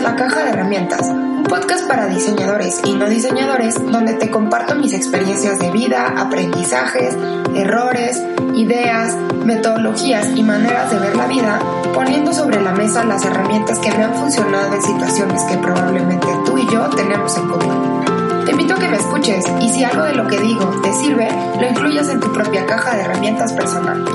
La Caja de Herramientas, un podcast para diseñadores y no diseñadores donde te comparto mis experiencias de vida, aprendizajes, errores, ideas, metodologías y maneras de ver la vida, poniendo sobre la mesa las herramientas que me han funcionado en situaciones que probablemente tú y yo tenemos en común. Te invito a que me escuches y si algo de lo que digo te sirve, lo incluyas en tu propia caja de herramientas personal.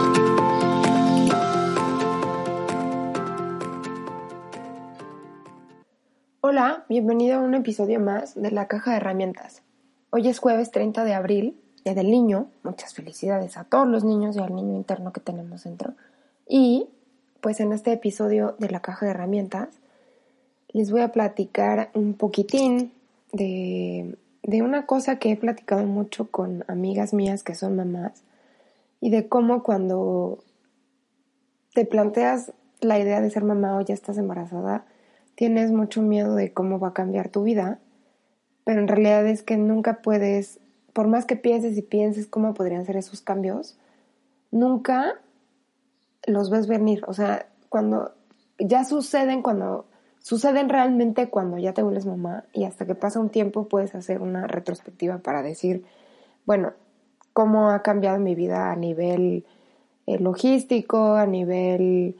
Hola, bienvenido a un episodio más de La Caja de Herramientas. Hoy es jueves 30 de abril, Día del Niño. Muchas felicidades a todos los niños y al niño interno que tenemos dentro. Y pues en este episodio de La Caja de Herramientas les voy a platicar un poquitín de una cosa que he platicado mucho con amigas mías que son mamás y de cómo cuando te planteas la idea de ser mamá o ya estás embarazada, tienes mucho miedo de cómo va a cambiar tu vida, pero en realidad es que nunca puedes, por más que pienses y pienses cómo podrían ser esos cambios, nunca los ves venir. O sea, cuando suceden realmente cuando ya te vuelves mamá y hasta que pasa un tiempo puedes hacer una retrospectiva para decir, bueno, cómo ha cambiado mi vida a nivel logístico, a nivel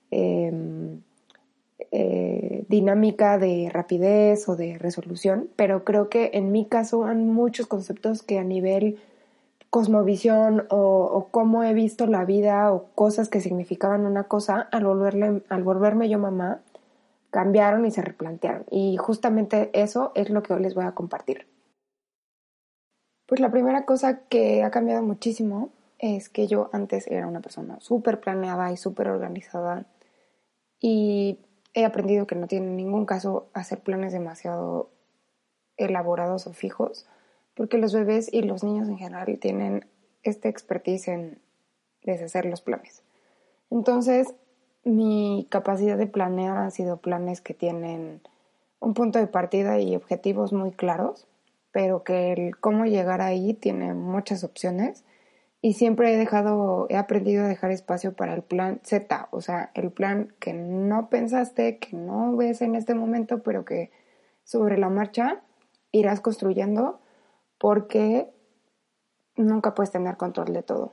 dinámica de rapidez o de resolución, pero creo que en mi caso hay muchos conceptos que a nivel cosmovisión o cómo he visto la vida o cosas que significaban una cosa, al volverme yo mamá, cambiaron y se replantearon. Y justamente eso es lo que hoy les voy a compartir. Pues la primera cosa que ha cambiado muchísimo es que yo antes era una persona súper planeada y súper organizada y he aprendido que no tiene ningún caso hacer planes demasiado elaborados o fijos, porque los bebés y los niños en general tienen esta expertise en deshacer los planes. Entonces, mi capacidad de planear han sido planes que tienen un punto de partida y objetivos muy claros, pero que el cómo llegar ahí tiene muchas opciones. Y siempre he aprendido a dejar espacio para el plan Z, o sea, el plan que no pensaste, que no ves en este momento, pero que sobre la marcha irás construyendo porque nunca puedes tener control de todo.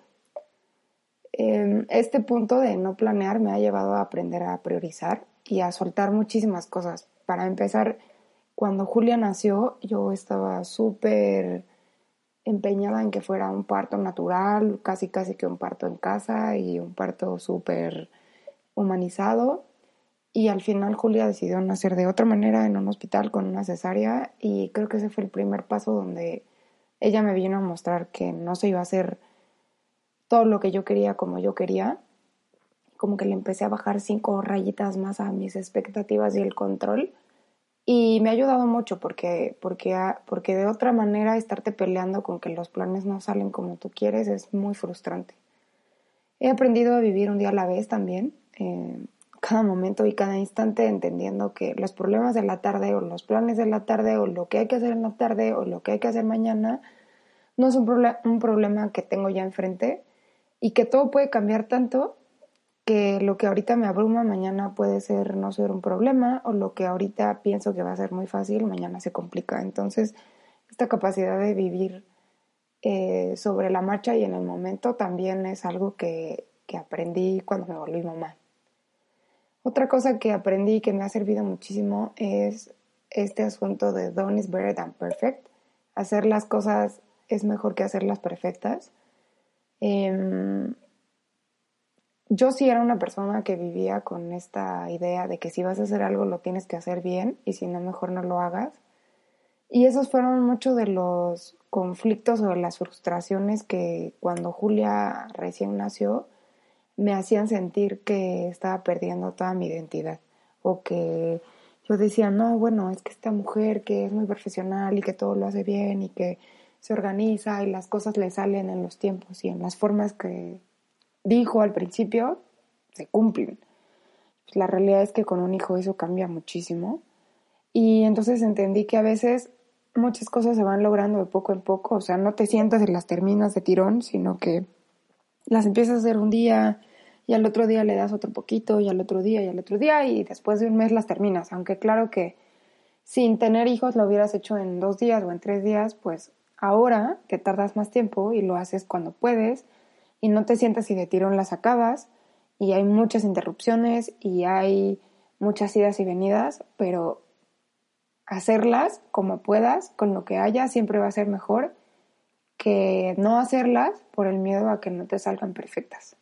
Este punto de no planear me ha llevado a aprender a priorizar y a soltar muchísimas cosas. Para empezar, cuando Julia nació, yo estaba súper empeñada en que fuera un parto natural, casi que un parto en casa y un parto súper humanizado. Y al final Julia decidió nacer de otra manera en un hospital con una cesárea y creo que ese fue el primer paso donde ella me vino a mostrar que no se iba a hacer todo lo que yo quería como yo quería. Como que le empecé a bajar 5 rayitas más a mis expectativas y el control. Y me ha ayudado mucho porque de otra manera estarte peleando con que los planes no salen como tú quieres es muy frustrante. He aprendido a vivir un día a la vez también, cada momento y cada instante, entendiendo que los problemas de la tarde o los planes de la tarde o lo que hay que hacer en la tarde o lo que hay que hacer mañana no es un problema que tengo ya enfrente y que todo puede cambiar tanto que lo que ahorita me abruma mañana puede ser no ser un problema o lo que ahorita pienso que va a ser muy fácil mañana se complica. Entonces esta capacidad de vivir sobre la marcha y en el momento también es algo que aprendí cuando me volví mamá. Otra cosa que aprendí y que me ha servido muchísimo es este asunto de done is better than perfect. Hacer las cosas es mejor que hacerlas perfectas. Yo sí era una persona que vivía con esta idea de que si vas a hacer algo lo tienes que hacer bien y si no, mejor no lo hagas. Y esos fueron muchos de los conflictos o de las frustraciones que cuando Julia recién nació me hacían sentir que estaba perdiendo toda mi identidad o que yo decía, no, bueno, es que esta mujer que es muy profesional y que todo lo hace bien y que se organiza y las cosas le salen en los tiempos y en las formas que dijo al principio, se cumplen. Pues la realidad es que con un hijo eso cambia muchísimo. Y entonces entendí que a veces muchas cosas se van logrando de poco en poco. O sea, no te sientas y las terminas de tirón, sino que las empiezas a hacer un día, y al otro día le das otro poquito, y al otro día, y al otro día, y después de un mes las terminas. Aunque claro que sin tener hijos lo hubieras hecho en 2 días o en 3 días, pues ahora que tardas más tiempo y lo haces cuando puedes, y no te sientas y de tirón las acabas, y hay muchas interrupciones, y hay muchas idas y venidas, pero hacerlas como puedas, con lo que haya, siempre va a ser mejor que no hacerlas por el miedo a que no te salgan perfectas.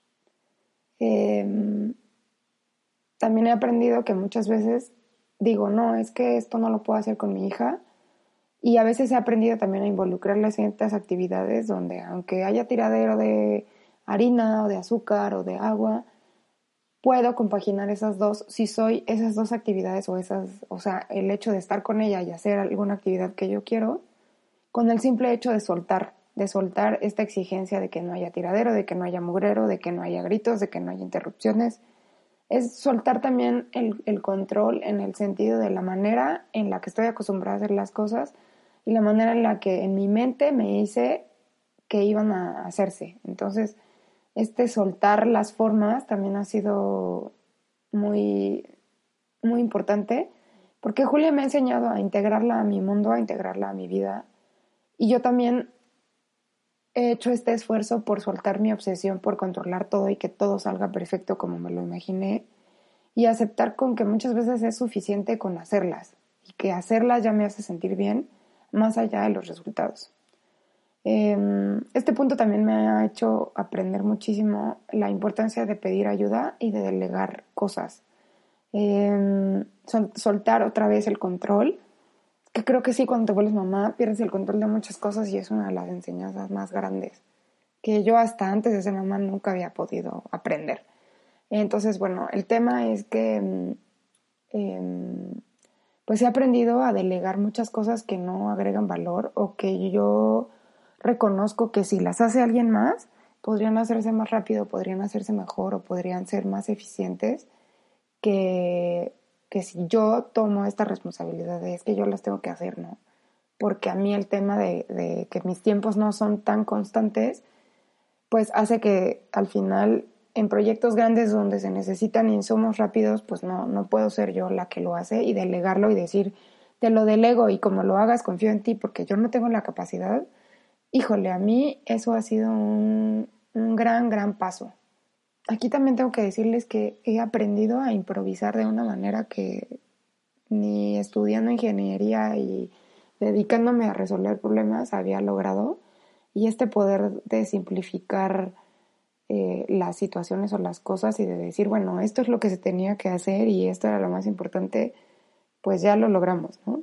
También he aprendido que muchas veces digo, no, es que esto no lo puedo hacer con mi hija, y a veces he aprendido también a involucrarla en ciertas actividades donde aunque haya tiradero de harina o de azúcar o de agua, puedo compaginar esas dos, si soy esas dos actividades o sea, el hecho de estar con ella y hacer alguna actividad que yo quiero, con el simple hecho de soltar esta exigencia de que no haya tiradero, de que no haya mugrero, de que no haya gritos, de que no haya interrupciones. Es soltar también el control en el sentido de la manera en la que estoy acostumbrada a hacer las cosas y la manera en la que en mi mente me hice que iban a hacerse. Entonces, soltar las formas también ha sido muy, muy importante, porque Julia me ha enseñado a integrarla a mi mundo, a integrarla a mi vida, y yo también he hecho este esfuerzo por soltar mi obsesión por controlar todo y que todo salga perfecto como me lo imaginé, y aceptar con que muchas veces es suficiente con hacerlas, y que hacerlas ya me hace sentir bien, más allá de los resultados. Este punto también me ha hecho aprender muchísimo la importancia de pedir ayuda y de delegar cosas. Soltar otra vez el control, que creo que sí, cuando te vuelves mamá pierdes el control de muchas cosas, y es una de las enseñanzas más grandes que yo hasta antes de ser mamá nunca había podido aprender. Entonces, bueno, el tema es que pues he aprendido a delegar muchas cosas que no agregan valor, o que yo reconozco que si las hace alguien más, podrían hacerse más rápido, podrían hacerse mejor o podrían ser más eficientes, que, que si yo tomo esta responsabilidad de es que yo las tengo que hacer, ¿no? Porque a mí el tema de que mis tiempos no son tan constantes, pues hace que al final en proyectos grandes donde se necesitan insumos rápidos, pues no puedo ser yo la que lo hace, y delegarlo y decir, te lo delego y como lo hagas confío en ti porque yo no tengo la capacidad. Híjole, a mí eso ha sido un gran, gran paso. Aquí también tengo que decirles que he aprendido a improvisar de una manera que ni estudiando ingeniería y dedicándome a resolver problemas había logrado. Y este poder de simplificar las situaciones o las cosas y de decir, bueno, esto es lo que se tenía que hacer y esto era lo más importante, pues ya lo logramos, ¿no?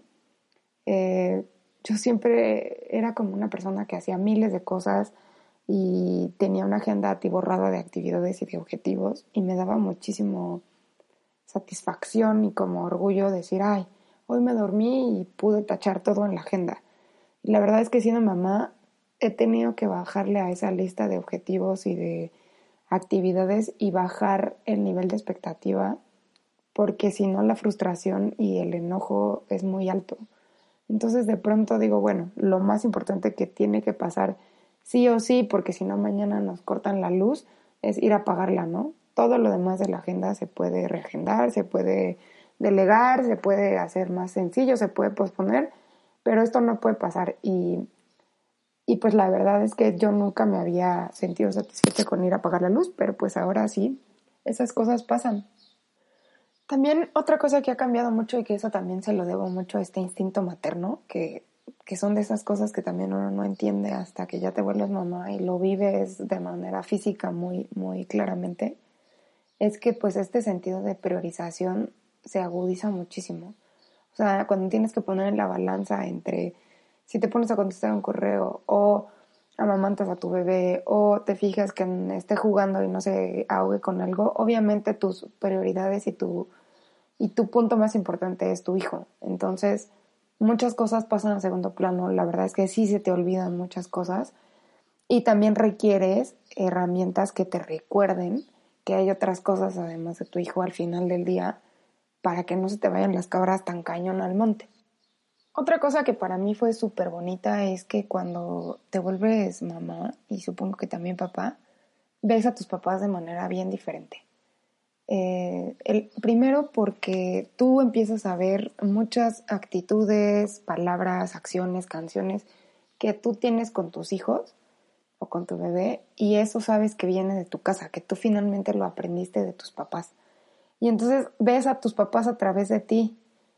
Yo siempre era como una persona que hacía miles de cosas y tenía una agenda atiborrada de actividades y de objetivos, y me daba muchísimo satisfacción y como orgullo decir, ay, hoy me dormí y pude tachar todo en la agenda. Y la verdad es que siendo mamá he tenido que bajarle a esa lista de objetivos y de actividades y bajar el nivel de expectativa, porque si no la frustración y el enojo es muy alto. Entonces de pronto digo, bueno, lo más importante que tiene que pasar sí o sí, porque si no mañana nos cortan la luz, es ir a apagarla, ¿no? Todo lo demás de la agenda se puede reagendar, se puede delegar, se puede hacer más sencillo, se puede posponer, pero esto no puede pasar. Y pues la verdad es que yo nunca me había sentido satisfecha con ir a apagar la luz, pero pues ahora sí, esas cosas pasan. También otra cosa que ha cambiado mucho, y que eso también se lo debo mucho a este instinto materno, que son de esas cosas que también uno no entiende hasta que ya te vuelves mamá y lo vives de manera física muy, muy claramente, es que pues este sentido de priorización se agudiza muchísimo. O sea, cuando tienes que poner en la balanza entre si te pones a contestar un correo o amamantas a tu bebé o te fijas que esté jugando y no se ahogue con algo, obviamente tus prioridades y tu punto más importante es tu hijo. Entonces, muchas cosas pasan a segundo plano. La verdad es que sí se te olvidan muchas cosas, y también requieres herramientas que te recuerden que hay otras cosas además de tu hijo al final del día, para que no se te vayan las cabras tan cañón al monte. Otra cosa que para mí fue súper bonita es que cuando te vuelves mamá, y supongo que también papá, ves a tus papás de manera bien diferente. Primero porque tú empiezas a ver muchas actitudes, palabras, acciones, canciones que tú tienes con tus hijos o con tu bebé, y eso sabes que viene de tu casa, que tú finalmente lo aprendiste de tus papás. Y entonces ves a tus papás a través de ti,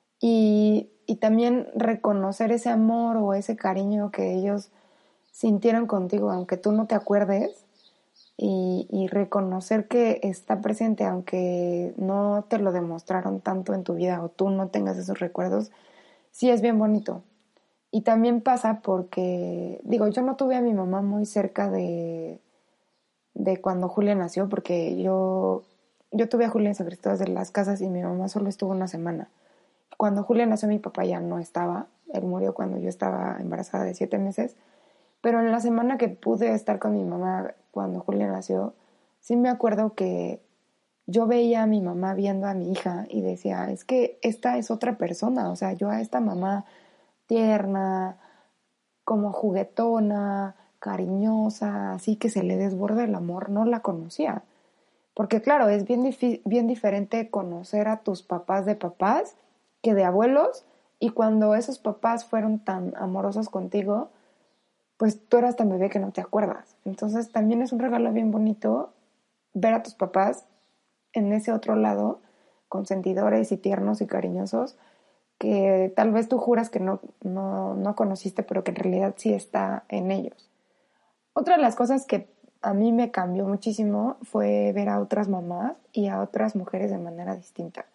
y también reconocer ese amor o ese cariño que ellos sintieron contigo, aunque tú no te acuerdes, y reconocer que está presente, aunque no te lo demostraron tanto en tu vida o tú no tengas esos recuerdos, sí es bien bonito. Y también pasa porque, digo, yo no tuve a mi mamá muy cerca de cuando Julia nació, porque yo tuve a Julia en San Cristóbal de las Casas y mi mamá solo estuvo una semana. Cuando Julia nació, mi papá ya no estaba. Él murió cuando yo estaba embarazada de 7 meses. Pero en la semana que pude estar con mi mamá cuando Julia nació, sí me acuerdo que yo veía a mi mamá viendo a mi hija y decía, es que esta es otra persona. O sea, yo a esta mamá tierna, como juguetona, cariñosa, así que se le desborda el amor, no la conocía. Porque claro, es bien diferente conocer a tus papás de papás que de abuelos, y cuando esos papás fueron tan amorosos contigo, pues tú eras tan bebé que no te acuerdas. Entonces también es un regalo bien bonito ver a tus papás en ese otro lado, consentidores y tiernos y cariñosos, que tal vez tú juras que no conociste, pero que en realidad sí está en ellos. Otra de las cosas que a mí me cambió muchísimo fue ver a otras mamás y a otras mujeres de manera distinta.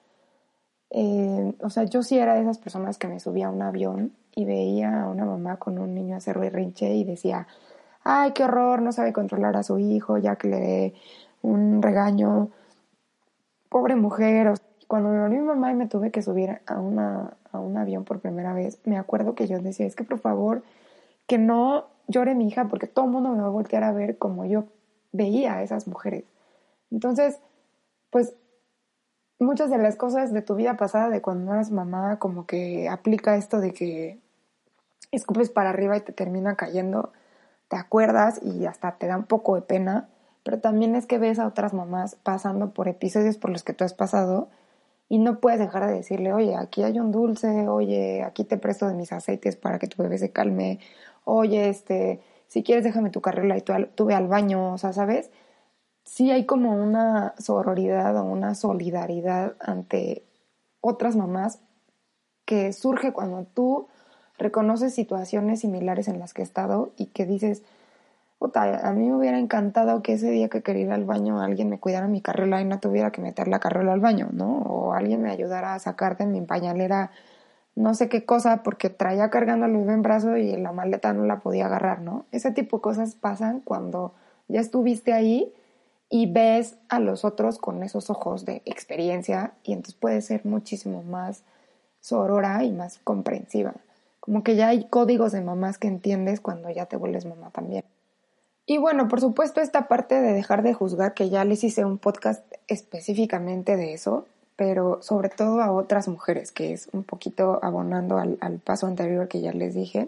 O sea, yo sí era de esas personas que me subía a un avión y veía a una mamá con un niño hacer berrinche y decía, ay, qué horror, no sabe controlar a su hijo, ya que le dé un regaño, pobre mujer. O sea, cuando me volví mi mamá y me tuve que subir a un avión por primera vez, me acuerdo que yo decía, es que por favor, que no llore mi hija, porque todo el mundo me va a voltear a ver como yo veía a esas mujeres. Entonces, pues muchas de las cosas de tu vida pasada, de cuando eras mamá, como que aplica esto de que escupes para arriba y te termina cayendo, te acuerdas y hasta te da un poco de pena, pero también es que ves a otras mamás pasando por episodios por los que tú has pasado y no puedes dejar de decirle, oye, aquí hay un dulce, oye, aquí te presto de mis aceites para que tu bebé se calme, oye, si quieres déjame tu carriola y tú ve al baño, o sea, ¿sabes? Sí hay como una sororidad o una solidaridad ante otras mamás que surge cuando tú reconoces situaciones similares en las que he estado y que dices, puta, a mí me hubiera encantado que ese día que quería ir al baño alguien me cuidara mi carriola y no tuviera que meter la carriola al baño, ¿no? O alguien me ayudara a sacar de mi pañalera no sé qué cosa porque traía cargando al bebé en brazo y la maleta no la podía agarrar, ¿no? Ese tipo de cosas pasan cuando ya estuviste ahí y ves a los otros con esos ojos de experiencia, y entonces puedes ser muchísimo más sorora y más comprensiva. Como que ya hay códigos de mamás que entiendes cuando ya te vuelves mamá también. Y bueno, por supuesto, esta parte de dejar de juzgar, que ya les hice un podcast específicamente de eso, pero sobre todo a otras mujeres, que es un poquito abonando al paso anterior que ya les dije.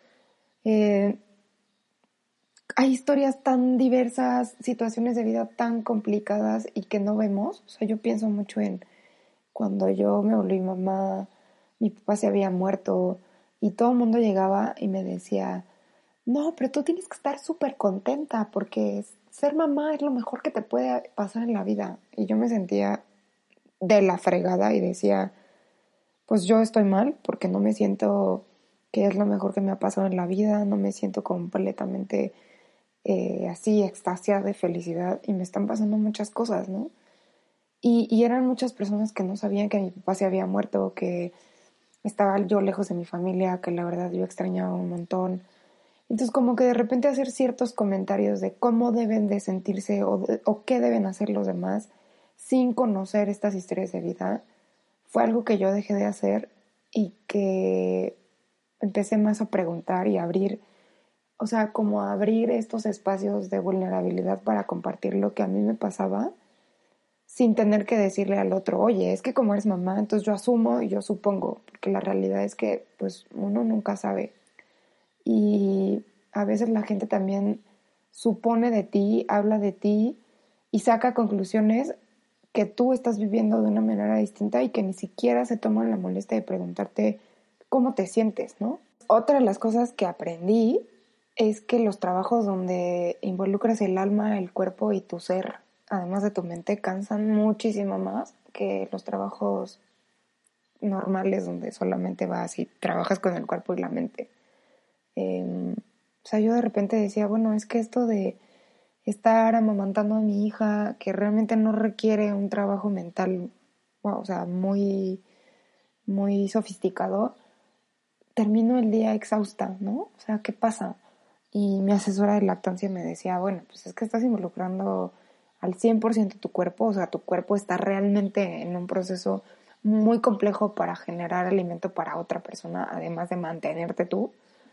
Eh, Hay historias tan diversas, situaciones de vida tan complicadas y que no vemos. O sea, yo pienso mucho en cuando yo me volví mamá, mi papá se había muerto y todo el mundo llegaba y me decía, no, pero tú tienes que estar súper contenta porque ser mamá es lo mejor que te puede pasar en la vida. Y yo me sentía de la fregada y decía, pues yo estoy mal porque no me siento que es lo mejor que me ha pasado en la vida, no me siento completamente así extasiada de felicidad y me están pasando muchas cosas, ¿no? Y eran muchas personas que no sabían que mi papá se había muerto, que estaba yo lejos de mi familia, que la verdad yo extrañaba un montón. Entonces como que de repente hacer ciertos comentarios de cómo deben de sentirse o qué deben hacer los demás sin conocer estas historias de vida, fue algo que yo dejé de hacer y que empecé más a preguntar y a abrir, o sea, como a abrir estos espacios de vulnerabilidad para compartir lo que a mí me pasaba sin tener que decirle al otro, oye, es que como eres mamá, entonces yo asumo y yo supongo, porque la realidad es que pues uno nunca sabe. Y a veces la gente también supone de ti, habla de ti y saca conclusiones que tú estás viviendo de una manera distinta y que ni siquiera se toman la molestia de preguntarte cómo te sientes, ¿no? Otra de las cosas que aprendí es que los trabajos donde involucras el alma, el cuerpo y tu ser, además de tu mente, cansan muchísimo más que los trabajos normales donde solamente vas y trabajas con el cuerpo y la mente. O sea, yo de repente decía, bueno, es que esto de estar amamantando a mi hija, que realmente no requiere un trabajo mental, wow, o sea, muy, muy sofisticado, termino el día exhausta, ¿no? O sea, ¿qué pasa? Y mi asesora de lactancia me decía, bueno, pues es que estás involucrando al 100% tu cuerpo, o sea, tu cuerpo está realmente en un proceso muy complejo para generar alimento para otra persona, además de mantenerte tú,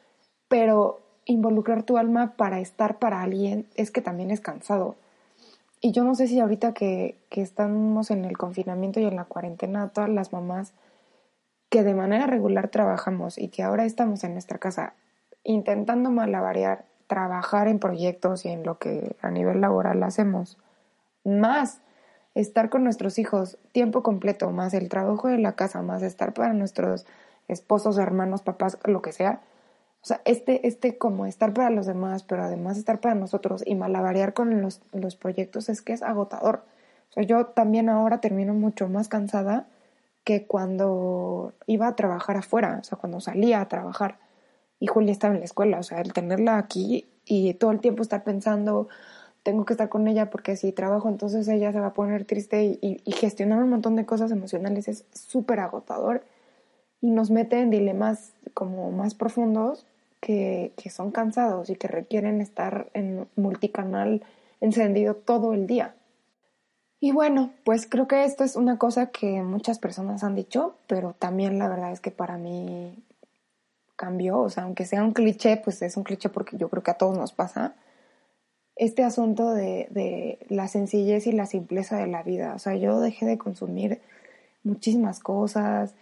pero involucrar tu alma para estar para alguien es que también es cansado. Y yo no sé si ahorita que estamos en el confinamiento y en la cuarentena, todas las mamás que de manera regular trabajamos y que ahora estamos en nuestra casa intentando malabarear, trabajar en proyectos y en lo que a nivel laboral hacemos, más estar con nuestros hijos tiempo completo, más el trabajo de la casa, más estar para nuestros esposos, hermanos, papás, lo que sea. O sea, como estar para los demás, pero además estar para nosotros y malabarear con los proyectos es que es agotador. O sea, yo también ahora termino mucho más cansada que cuando iba a trabajar afuera, o sea, cuando salía a trabajar y Julia estaba en la escuela, o sea, el tenerla aquí y todo el tiempo estar pensando, tengo que estar con ella porque si trabajo entonces ella se va a poner triste y gestionar un montón de cosas emocionales es súper agotador y nos mete en dilemas como más profundos que son cansados y que requieren estar en multicanal encendido todo el día. Y bueno, pues creo que esto es una cosa que muchas personas han dicho, pero también la verdad es que para mí cambió, o sea, aunque sea un cliché, pues es un cliché porque yo creo que a todos nos pasa, este asunto de la sencillez y la simpleza de la vida. O sea, yo dejé de consumir muchísimas cosas,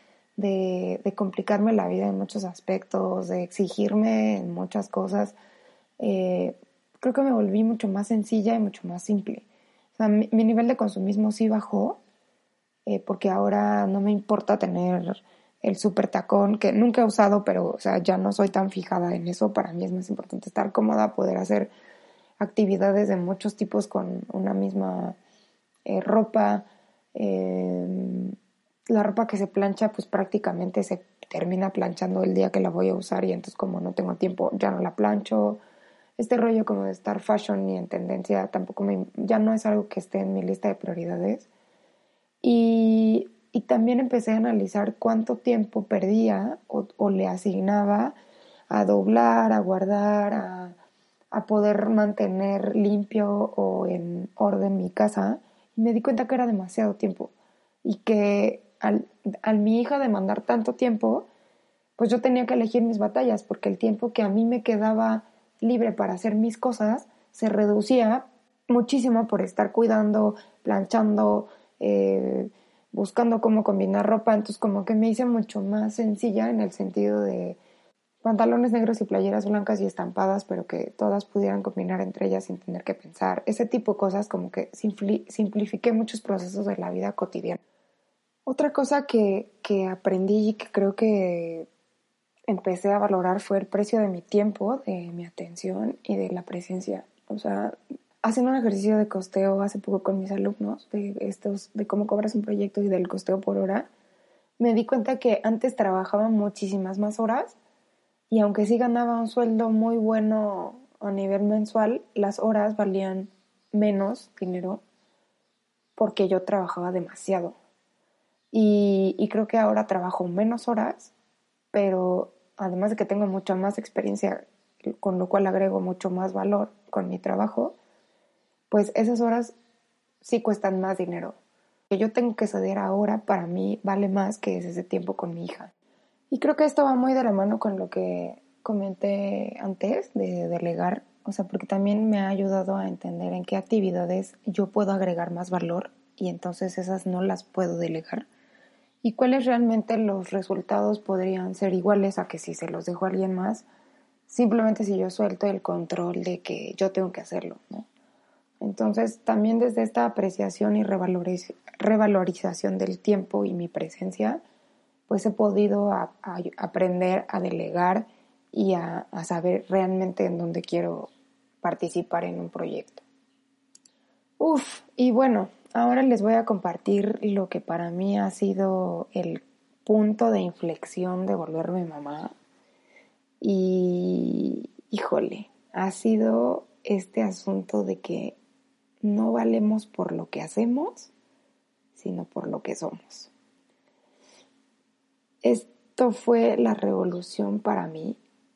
de complicarme la vida en muchos aspectos, de exigirme en muchas cosas. Eh, Creo que me volví mucho más sencilla y mucho más simple. O sea, mi nivel de consumismo sí bajó, porque ahora no me importa tener el super tacón, que nunca he usado, pero o sea, ya no soy tan fijada en eso. Para mí es más importante estar cómoda, poder hacer actividades de muchos tipos con una misma ropa. La ropa que se plancha, pues prácticamente se termina planchando el día que la voy a usar y entonces como no tengo tiempo, ya no la plancho. Este rollo como de estar fashion y en tendencia tampoco ya no es algo que esté en mi lista de prioridades. Y también empecé a analizar cuánto tiempo perdía o le asignaba a doblar, a guardar, a poder mantener limpio o en orden mi casa. Y me di cuenta que era demasiado tiempo. Y que al mi hija demandar tanto tiempo, pues yo tenía que elegir mis batallas, porque el tiempo que a mí me quedaba libre para hacer mis cosas se reducía muchísimo por estar cuidando, planchando, eh, buscando cómo combinar ropa. Entonces como que me hice mucho más sencilla en el sentido de pantalones negros y playeras blancas y estampadas, pero que todas pudieran combinar entre ellas sin tener que pensar. Ese tipo de cosas como que simplifiqué muchos procesos de la vida cotidiana. Otra cosa que aprendí y que creo que empecé a valorar fue el precio de mi tiempo, de mi atención y de la presencia. O sea, haciendo un ejercicio de costeo hace poco con mis alumnos, de cómo cobras un proyecto y del costeo por hora, me di cuenta que antes trabajaba muchísimas más horas y aunque sí ganaba un sueldo muy bueno a nivel mensual, las horas valían menos dinero porque yo trabajaba demasiado. Y creo que ahora trabajo menos horas, pero además de que tengo mucha más experiencia, con lo cual agrego mucho más valor con mi trabajo, pues esas horas sí cuestan más dinero. Que yo tengo que ceder ahora para mí vale más que ese tiempo con mi hija. Y creo que esto va muy de la mano con lo que comenté antes de delegar, o sea, porque también me ha ayudado a entender en qué actividades yo puedo agregar más valor y entonces esas no las puedo delegar. Y cuáles realmente los resultados podrían ser iguales a que si se los dejo a alguien más, simplemente si yo suelto el control de que yo tengo que hacerlo, ¿no? Entonces, también desde esta apreciación y revalorización del tiempo y mi presencia, pues he podido aprender a delegar y a saber realmente en dónde quiero participar en un proyecto. Y bueno, ahora les voy a compartir lo que para mí ha sido el punto de inflexión de volverme mamá. Y, híjole, ha sido este asunto de que no valemos por lo que hacemos, sino por lo que somos. Esto fue la revolución para mí.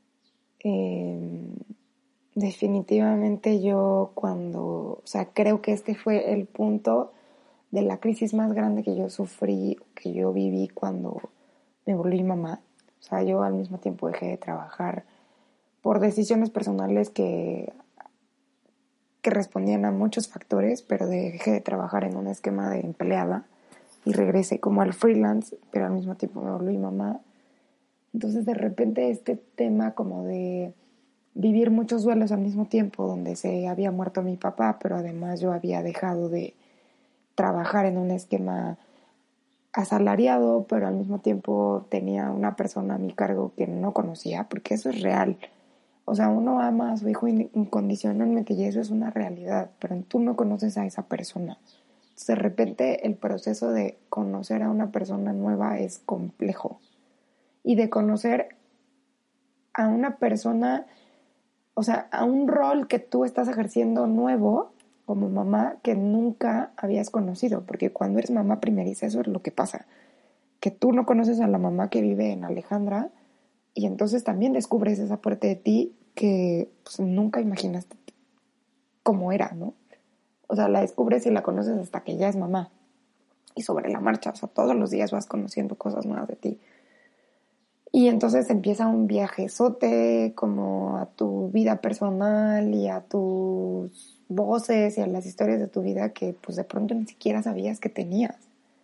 Definitivamente yo creo que este fue el punto de la crisis más grande que yo sufrí, que yo viví cuando me volví mamá. O sea, yo al mismo tiempo dejé de trabajar por decisiones personales que respondían a muchos factores, pero dejé de trabajar en un esquema de empleada y regresé como al freelance, pero al mismo tiempo me volví mamá. Entonces de repente este tema como de vivir muchos duelos al mismo tiempo, donde se había muerto mi papá, pero además yo había dejado de trabajar en un esquema asalariado, pero al mismo tiempo tenía una persona a mi cargo que no conocía, porque eso es real. O sea, uno ama a su hijo incondicionalmente y eso es una realidad, pero tú no conoces a esa persona. Entonces, de repente el proceso de conocer a una persona nueva es complejo. Y de conocer a una persona, o sea, a un rol que tú estás ejerciendo nuevo como mamá que nunca habías conocido, porque cuando eres mamá primeriza eso es lo que pasa, que tú no conoces a la mamá que vive en Alejandra y entonces también descubres esa parte de ti que pues, nunca imaginaste cómo era, ¿no? O sea, la descubres y la conoces hasta que ya es mamá y sobre la marcha, o sea, todos los días vas conociendo cosas nuevas de ti. Y entonces empieza un viajezote como a tu vida personal y a tus voces y a las historias de tu vida que pues de pronto ni siquiera sabías que tenías.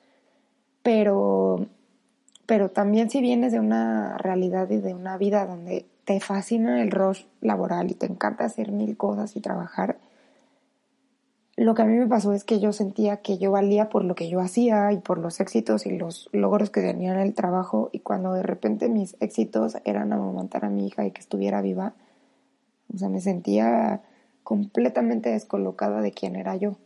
Pero también si vienes de una realidad y de una vida donde te fascina el rush laboral y te encanta hacer mil cosas y trabajar, lo que a mí me pasó es que yo sentía que yo valía por lo que yo hacía y por los éxitos y los logros que tenía en el trabajo, y cuando de repente mis éxitos eran amamantar a mi hija y que estuviera viva, o sea, me sentía completamente descolocada de quién era yo.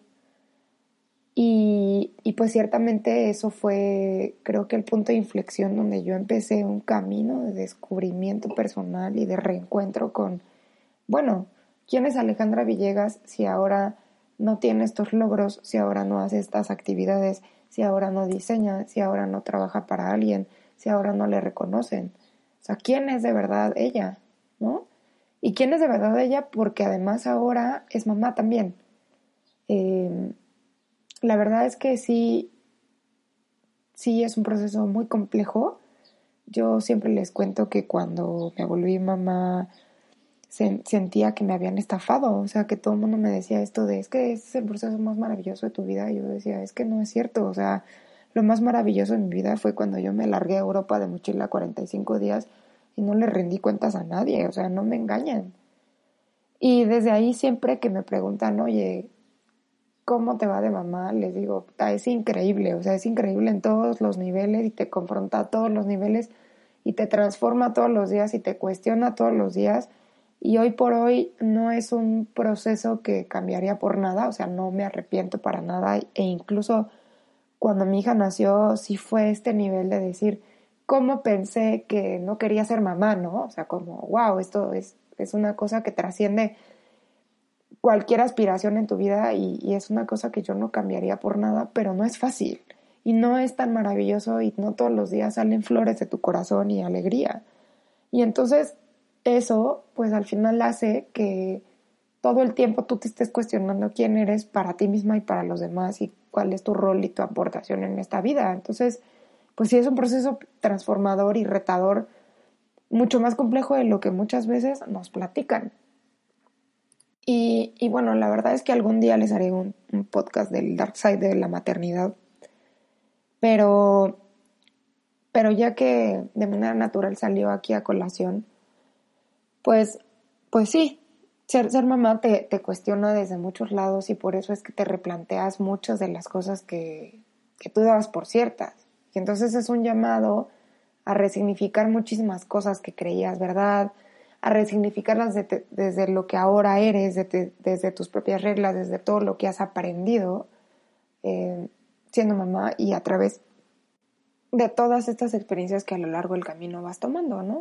Y pues ciertamente eso fue, creo que el punto de inflexión donde yo empecé un camino de descubrimiento personal y de reencuentro con, bueno, ¿quién es Alejandra Villegas si ahora no tiene estos logros, si ahora no hace estas actividades, si ahora no diseña, si ahora no trabaja para alguien, si ahora no le reconocen? O sea, ¿quién es de verdad ella? ¿No? ¿Y quién es de verdad ella? Porque además ahora es mamá también. La verdad es que sí es un proceso muy complejo. Yo siempre les cuento que cuando me volví mamá sentía que me habían estafado, o sea, que todo el mundo me decía esto de, es que ese es el proceso más maravilloso de tu vida, y yo decía, es que no es cierto, o sea, lo más maravilloso de mi vida fue cuando yo me largué a Europa de mochila 45 días y no le rendí cuentas a nadie, o sea, no me engañan. Y desde ahí siempre que me preguntan, oye, ¿cómo te va de mamá? Les digo, es increíble, o sea, es increíble en todos los niveles y te confronta a todos los niveles y te transforma todos los días y te cuestiona todos los días. Y hoy por hoy no es un proceso que cambiaría por nada, o sea, no me arrepiento para nada, e incluso cuando mi hija nació sí fue este nivel de decir, ¿cómo pensé que no quería ser mamá, no? O sea, como, wow, esto es una cosa que trasciende cualquier aspiración en tu vida y es una cosa que yo no cambiaría por nada, pero no es fácil y no es tan maravilloso y no todos los días salen flores de tu corazón y alegría. Y entonces eso pues al final hace que todo el tiempo tú te estés cuestionando quién eres para ti misma y para los demás y cuál es tu rol y tu aportación en esta vida. Entonces pues sí es un proceso transformador y retador, mucho más complejo de lo que muchas veces nos platican. Y bueno, la verdad es que algún día les haré un podcast del dark side de la maternidad, pero, pero ya que de manera natural salió aquí a colación, Pues, pues sí, ser mamá te cuestiona desde muchos lados y por eso es que te replanteas muchas de las cosas que tú dabas por ciertas. Y entonces es un llamado a resignificar muchísimas cosas que creías verdad, a resignificarlas desde lo que ahora eres, desde tus propias reglas, desde todo lo que has aprendido siendo mamá y a través de todas estas experiencias que a lo largo del camino vas tomando, ¿no?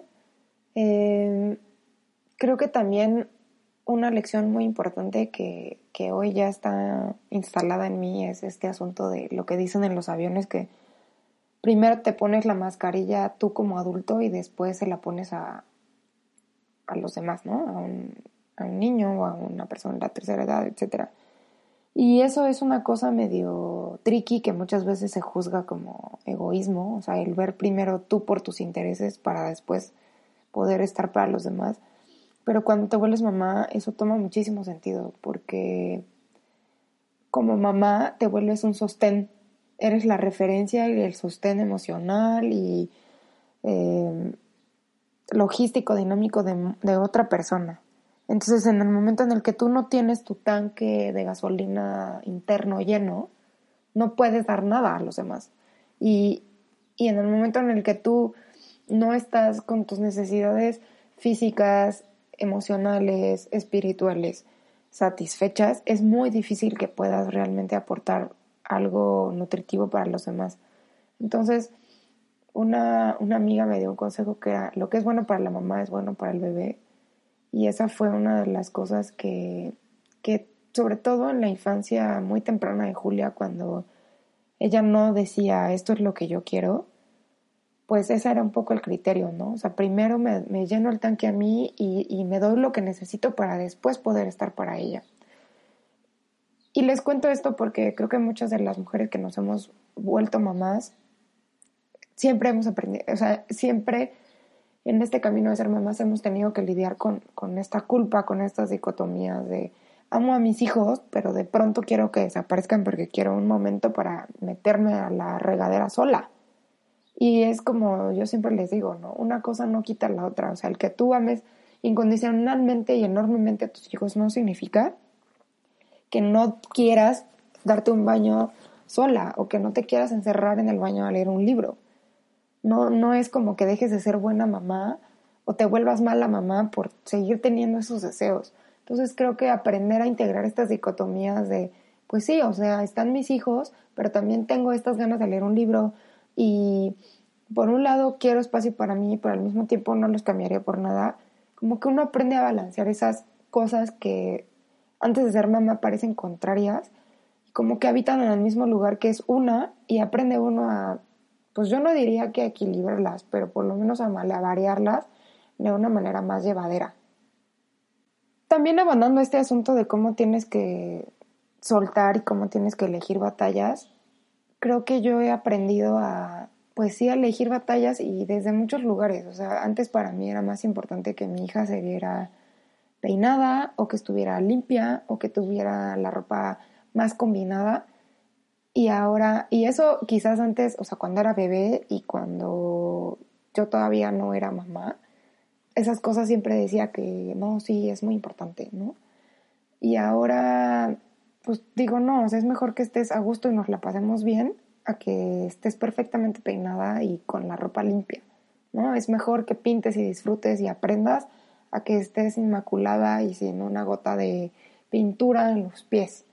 Creo que también una lección muy importante que hoy ya está instalada en mí es este asunto de lo que dicen en los aviones, que primero te pones la mascarilla tú como adulto y después se la pones a los demás, ¿no? A un niño o a una persona de la tercera edad, etcétera. Y eso es una cosa medio tricky que muchas veces se juzga como egoísmo, o sea, el ver primero tú por tus intereses para después poder estar para los demás. Pero cuando te vuelves mamá, eso toma muchísimo sentido, porque como mamá te vuelves un sostén, eres la referencia y el sostén emocional y logístico, dinámico de otra persona. Entonces, en el momento en el que tú no tienes tu tanque de gasolina interno lleno, no puedes dar nada a los demás. Y en el momento en el que tú no estás con tus necesidades físicas, emocionales, espirituales satisfechas, es muy difícil que puedas realmente aportar algo nutritivo para los demás. Entonces, una amiga me dio un consejo que era, lo que es bueno para la mamá es bueno para el bebé. Y esa fue una de las cosas que sobre todo en la infancia muy temprana de Julia, cuando ella no decía esto es lo que yo quiero, pues ese era un poco el criterio, ¿no? O sea, primero me lleno el tanque a mí y me doy lo que necesito para después poder estar para ella. Y les cuento esto porque creo que muchas de las mujeres que nos hemos vuelto mamás, siempre hemos aprendido, o sea, siempre en este camino de ser mamás hemos tenido que lidiar con esta culpa, con estas dicotomías de amo a mis hijos, pero de pronto quiero que desaparezcan porque quiero un momento para meterme a la regadera sola. Y es como yo siempre les digo, ¿no? Una cosa no quita la otra. O sea, el que tú ames incondicionalmente y enormemente a tus hijos no significa que no quieras darte un baño sola o que no te quieras encerrar en el baño a leer un libro. No es como que dejes de ser buena mamá o te vuelvas mala mamá por seguir teniendo esos deseos. Entonces creo que aprender a integrar estas dicotomías de, pues sí, o sea, están mis hijos, pero también tengo estas ganas de leer un libro y por un lado quiero espacio para mí, pero al mismo tiempo no los cambiaría por nada. Como que uno aprende a balancear esas cosas que antes de ser mamá parecen contrarias, como que habitan en el mismo lugar que es una y aprende uno a, pues yo no diría que a equilibrarlas, pero por lo menos a malabarearlas de una manera más llevadera. También abandonando este asunto de cómo tienes que soltar y cómo tienes que elegir batallas, creo que yo he aprendido a, pues sí, a elegir batallas y desde muchos lugares. O sea, antes para mí era más importante que mi hija se viera peinada o que estuviera limpia o que tuviera la ropa más combinada. Y ahora, y eso quizás antes, o sea, cuando era bebé y cuando yo todavía no era mamá, esas cosas siempre decía que no, sí, es muy importante, ¿no? Y ahora, pues digo, no, o sea, es mejor que estés a gusto y nos la pasemos bien a que estés perfectamente peinada y con la ropa limpia, ¿no? Es mejor que pintes y disfrutes y aprendas a que estés inmaculada y sin una gota de pintura en los pies.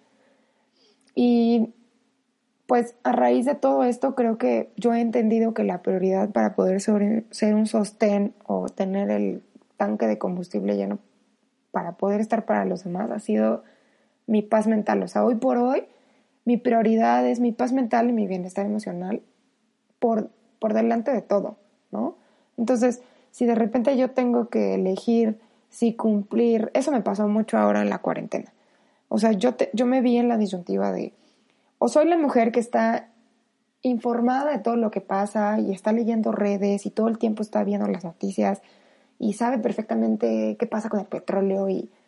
Y pues a raíz de todo esto creo que yo he entendido que la prioridad para poder ser un sostén o tener el tanque de combustible lleno para poder estar para los demás ha sido mi paz mental. O sea, hoy por hoy mi prioridad es mi paz mental y mi bienestar emocional por delante de todo, ¿no? Entonces, si de repente yo tengo que elegir si cumplir, eso me pasó mucho ahora en la cuarentena. O sea, yo me vi en la disyuntiva de o soy la mujer que está informada de todo lo que pasa y está leyendo redes y todo el tiempo está viendo las noticias y sabe perfectamente qué pasa con el petróleo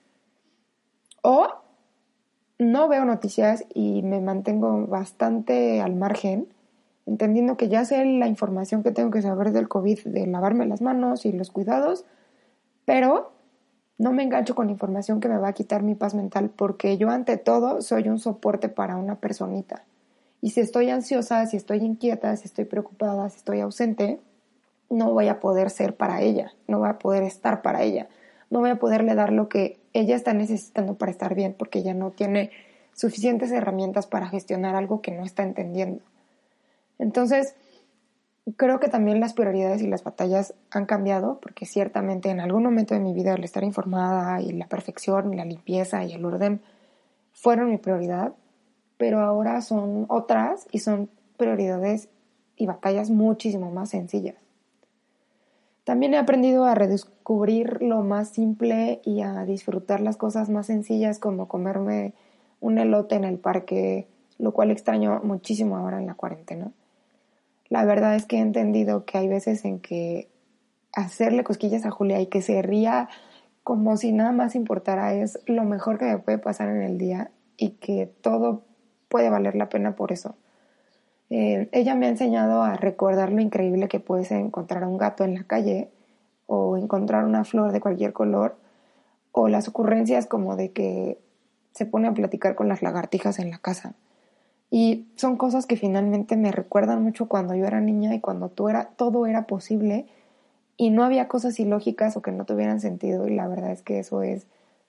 o no veo noticias y me mantengo bastante al margen, entendiendo que ya sé la información que tengo que saber del COVID, de lavarme las manos y los cuidados, pero no me engancho con información que me va a quitar mi paz mental, porque yo ante todo soy un soporte para una personita. Y si estoy ansiosa, si estoy inquieta, si estoy preocupada, si estoy ausente, no voy a poder ser para ella, no voy a poder estar para ella, no voy a poderle dar lo que ella está necesitando para estar bien, porque ella no tiene suficientes herramientas para gestionar algo que no está entendiendo. Entonces, creo que también las prioridades y las batallas han cambiado, porque ciertamente en algún momento de mi vida el estar informada y la perfección y la limpieza y el orden fueron mi prioridad, pero ahora son otras y son prioridades y batallas muchísimo más sencillas. También he aprendido a redescubrir lo más simple y a disfrutar las cosas más sencillas, como comerme un elote en el parque, lo cual extraño muchísimo ahora en la cuarentena. La verdad es que he entendido que hay veces en que hacerle cosquillas a Julia y que se ría como si nada más importara es lo mejor que me puede pasar en el día y que todo puede valer la pena por eso. Ella me ha enseñado a recordar lo increíble que puede ser encontrar a un gato en la calle o encontrar una flor de cualquier color, o las ocurrencias como de que se pone a platicar con las lagartijas en la casa. Y son cosas que finalmente me recuerdan mucho cuando yo era niña y cuando todo era posible y no había cosas ilógicas o que no tuvieran sentido, y la verdad es que eso es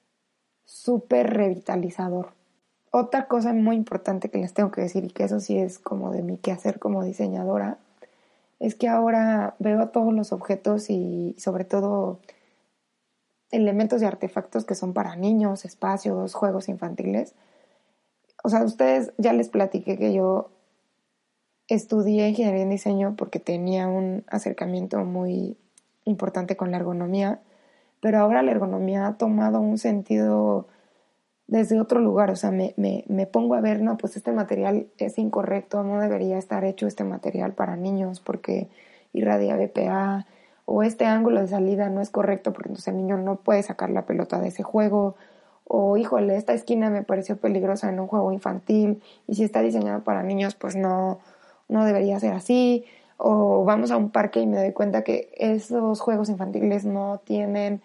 súper revitalizador. Otra cosa muy importante que les tengo que decir, y que eso sí es como de mi quehacer como diseñadora, es que ahora veo todos los objetos y sobre todo elementos y artefactos que son para niños, espacios, juegos infantiles. O sea, a ustedes ya les platiqué que yo estudié ingeniería en diseño porque tenía un acercamiento muy importante con la ergonomía, pero ahora la ergonomía ha tomado un sentido desde otro lugar. O sea, me pongo a ver, no, pues este material es incorrecto, no debería estar hecho este material para niños porque irradia BPA, o este ángulo de salida no es correcto porque entonces el niño no puede sacar la pelota de ese juego, o híjole, esta esquina me pareció peligrosa en un juego infantil y si está diseñado para niños pues no debería ser así, o vamos a un parque y me doy cuenta que esos juegos infantiles no tienen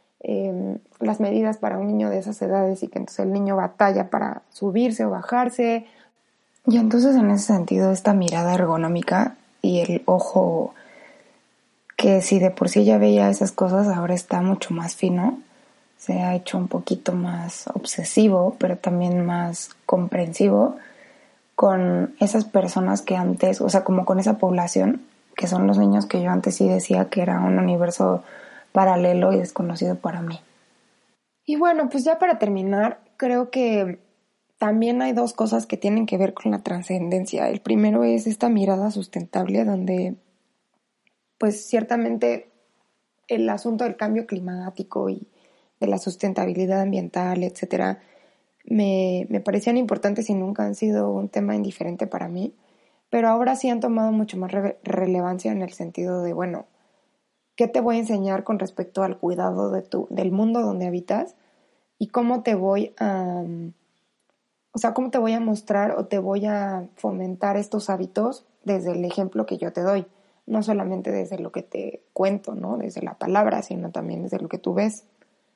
las medidas para un niño de esas edades y que entonces el niño batalla para subirse o bajarse. Y entonces en ese sentido esta mirada ergonómica y el ojo que si de por sí ya veía esas cosas ahora está mucho más fino, se ha hecho un poquito más obsesivo pero también más comprensivo con esas personas que antes, o sea, como con esa población, que son los niños que yo antes sí decía que era un universo paralelo y desconocido para mí. Y bueno, pues ya para terminar, creo que también hay dos cosas que tienen que ver con la trascendencia. El primero es esta mirada sustentable donde, pues ciertamente el asunto del cambio climático y de la sustentabilidad ambiental, etcétera, me parecían importantes y nunca han sido un tema indiferente para mí, pero ahora sí han tomado mucho más relevancia en el sentido de, bueno, ¿qué te voy a enseñar con respecto al cuidado del mundo donde habitas? Y cómo te voy a, o sea, cómo te voy a mostrar o te voy a fomentar estos hábitos desde el ejemplo que yo te doy, no solamente desde lo que te cuento, ¿no? Desde la palabra, sino también desde lo que tú ves.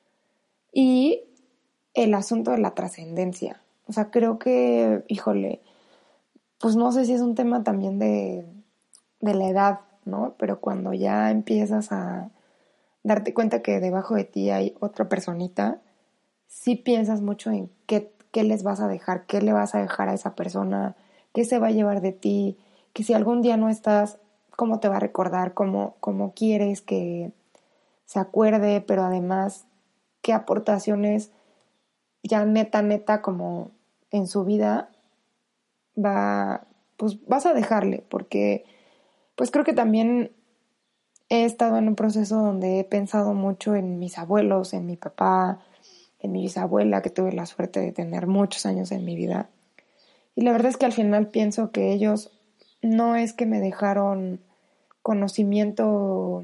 Y el asunto de la trascendencia. O sea, creo que, híjole, pues no sé si es un tema también de la edad, ¿no? Pero cuando ya empiezas a darte cuenta que debajo de ti hay otra personita, sí piensas mucho en qué les vas a dejar, qué le vas a dejar a esa persona, qué se va a llevar de ti, que si algún día no estás, cómo te va a recordar, cómo quieres que se acuerde, pero además qué aportaciones ya neta como en su vida pues vas a dejarle, porque pues creo que también he estado en un proceso donde he pensado mucho en mis abuelos, en mi papá, en mi bisabuela, que tuve la suerte de tener muchos años en mi vida. Y la verdad es que al final pienso que ellos no es que me dejaron conocimiento,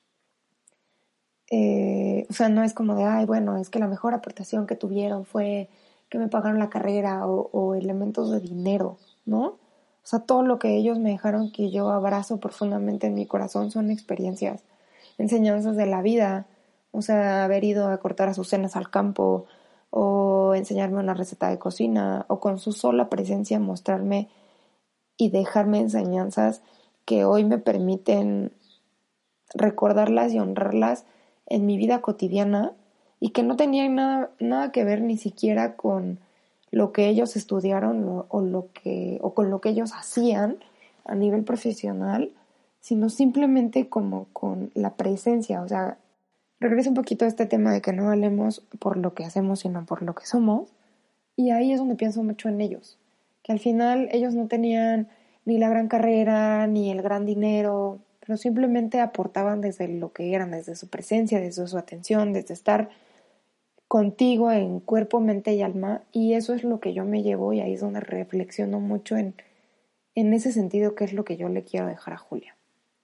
o sea, no es como de, ay, bueno, es que la mejor aportación que tuvieron fue que me pagaron la carrera o elementos de dinero, ¿no? O sea, todo lo que ellos me dejaron que yo abrazo profundamente en mi corazón son experiencias, enseñanzas de la vida, O sea, haber ido a cortar azucenas al campo o enseñarme una receta de cocina o con su sola presencia mostrarme y dejarme enseñanzas que hoy me permiten recordarlas y honrarlas en mi vida cotidiana y que no tenían nada que ver ni siquiera con lo que ellos estudiaron o con lo que ellos hacían a nivel profesional, sino simplemente como con la presencia. O sea, regreso un poquito a este tema de que no valemos por lo que hacemos, sino por lo que somos. Y ahí es donde pienso mucho en ellos, que al final ellos no tenían ni la gran carrera, ni el gran dinero, pero simplemente aportaban desde lo que eran, desde su presencia, desde su atención, desde estar contigo en cuerpo, mente y alma, y eso es lo que yo me llevo y ahí es donde reflexiono mucho en ese sentido, qué es lo que yo le quiero dejar a Julia.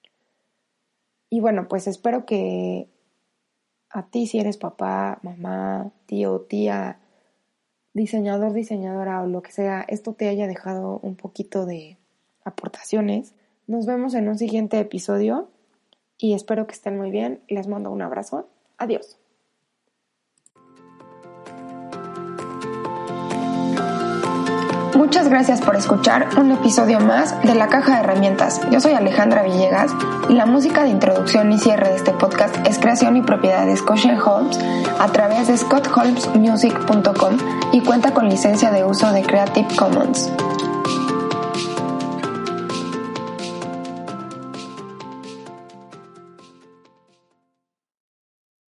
Y bueno, pues espero que a ti, si eres papá, mamá, tío, tía, diseñador, diseñadora o lo que sea, esto te haya dejado un poquito de aportaciones. Nos vemos en un siguiente episodio y espero que estén muy bien. Les mando un abrazo. Adiós. Muchas gracias por escuchar un episodio más de La Caja de Herramientas. Yo soy Alejandra Villegas y la música de introducción y cierre de este podcast es creación y propiedad de Scotia Holmes a través de scottholmesmusic.com y cuenta con licencia de uso de Creative Commons.